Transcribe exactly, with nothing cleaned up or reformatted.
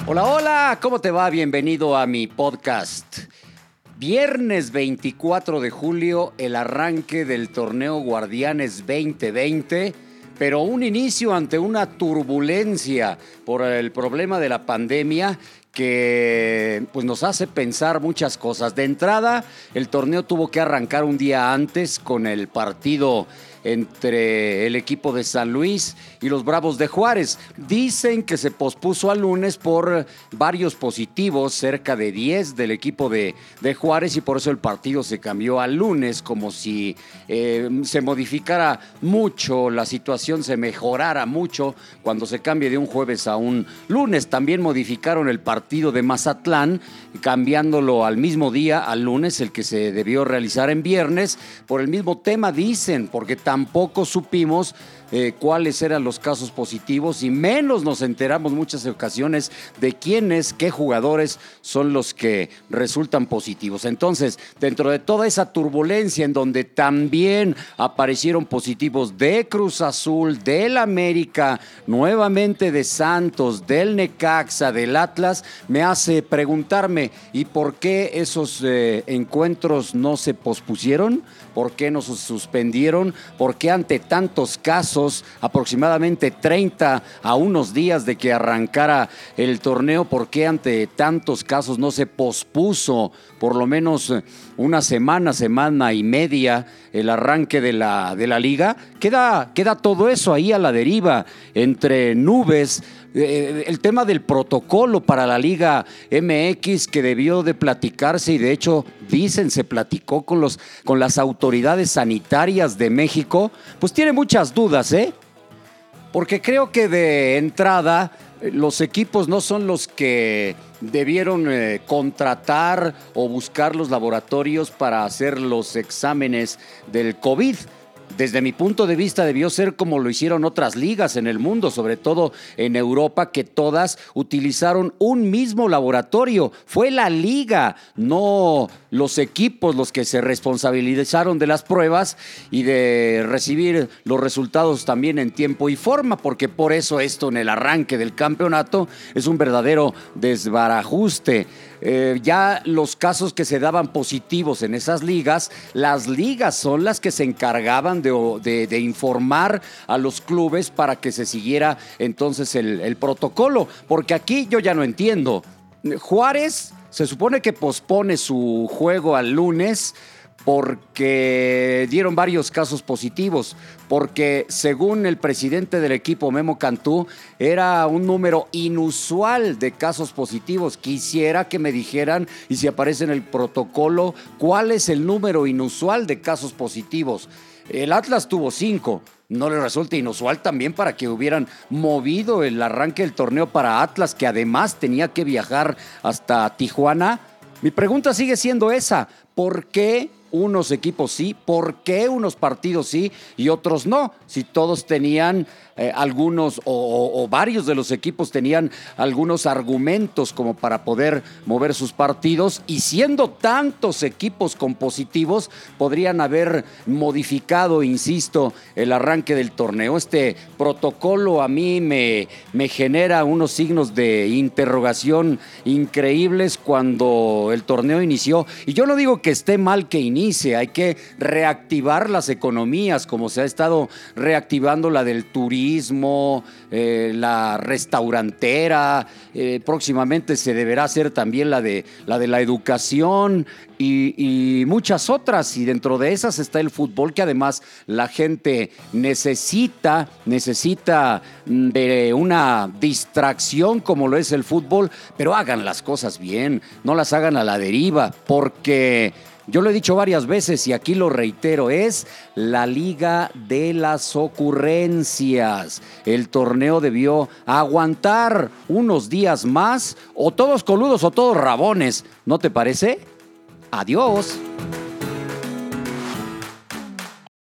Hola, hola, ¿cómo te va? Bienvenido a mi podcast. Viernes veinticuatro de julio, el arranque del torneo Guardianes veinte veinte, pero un inicio ante una turbulencia por el problema de la pandemia que pues, nos hace pensar muchas cosas. De entrada, el torneo tuvo que arrancar un día antes con el partido entre el equipo de San Luis y los Bravos de Juárez. Dicen que se pospuso al lunes por varios positivos, cerca de diez del equipo de, de Juárez, y por eso el partido se cambió al lunes, como si eh, se modificara mucho, la situación se mejorara mucho cuando se cambie de un jueves a un lunes. También modificaron el partido de Mazatlán, cambiándolo al mismo día, al lunes, el que se debió realizar en viernes, por el mismo tema, dicen, porque tampoco supimos eh, cuáles eran los casos positivos y menos nos enteramos muchas ocasiones de quiénes, qué jugadores son los que resultan positivos. Entonces, dentro de toda esa turbulencia en donde también aparecieron positivos de Cruz Azul, del América, nuevamente de Santos, del Necaxa, del Atlas, me hace preguntarme, ¿y por qué esos eh, encuentros no se pospusieron? ¿Por qué no se suspendieron? ¿Por qué ante tantos casos, aproximadamente treinta a unos días de que arrancara el torneo, por qué ante tantos casos no se pospuso por lo menos una semana, semana y media el arranque de la, de la liga? Queda, queda todo eso ahí a la deriva, entre nubes. Eh, el tema del protocolo para la Liga M X que debió de platicarse, y de hecho dicen se platicó con, los, con las autoridades sanitarias de México, pues tiene muchas dudas, ¿eh? Porque creo que de entrada los equipos no son los que debieron eh, contratar o buscar los laboratorios para hacer los exámenes del COVID. Desde mi punto de vista debió ser como lo hicieron otras ligas en el mundo, sobre todo en Europa, que todas utilizaron un mismo laboratorio. Fue la liga, no los equipos, los que se responsabilizaron de las pruebas y de recibir los resultados también en tiempo y forma, porque por eso esto en el arranque del campeonato es un verdadero desbarajuste. Eh, ya los casos que se daban positivos en esas ligas, las ligas son las que se encargaban de, de, de informar a los clubes para que se siguiera entonces el, el protocolo, porque aquí yo ya no entiendo. Juárez se supone que pospone su juego al lunes porque dieron varios casos positivos, porque según el presidente del equipo, Memo Cantú, era un número inusual de casos positivos. Quisiera que me dijeran, y si aparece en el protocolo, cuál es el número inusual de casos positivos. El Atlas tuvo cinco. ¿No le resulta inusual también para que hubieran movido el arranque del torneo para Atlas, que además tenía que viajar hasta Tijuana? Mi pregunta sigue siendo esa: ¿por qué unos equipos sí, por qué unos partidos sí y otros no? Si todos tenían eh, algunos o, o, o varios de los equipos tenían algunos argumentos como para poder mover sus partidos, y siendo tantos equipos con positivos, podrían haber modificado, insisto, el arranque del torneo. Este protocolo a mí me, me genera unos signos de interrogación increíbles cuando el torneo inició, y yo no digo que esté mal que inicie. Hay que reactivar las economías, como se ha estado reactivando la del turismo, eh, la restaurantera. Eh, próximamente se deberá hacer también la de la, de la educación y, y muchas otras. Y dentro de esas está el fútbol, que además la gente necesita, necesita de una distracción como lo es el fútbol, pero hagan las cosas bien, no las hagan a la deriva, porque yo lo he dicho varias veces y aquí lo reitero, es la liga de las ocurrencias. El torneo debió aguantar unos días más, o todos coludos o todos rabones, ¿no te parece? Adiós.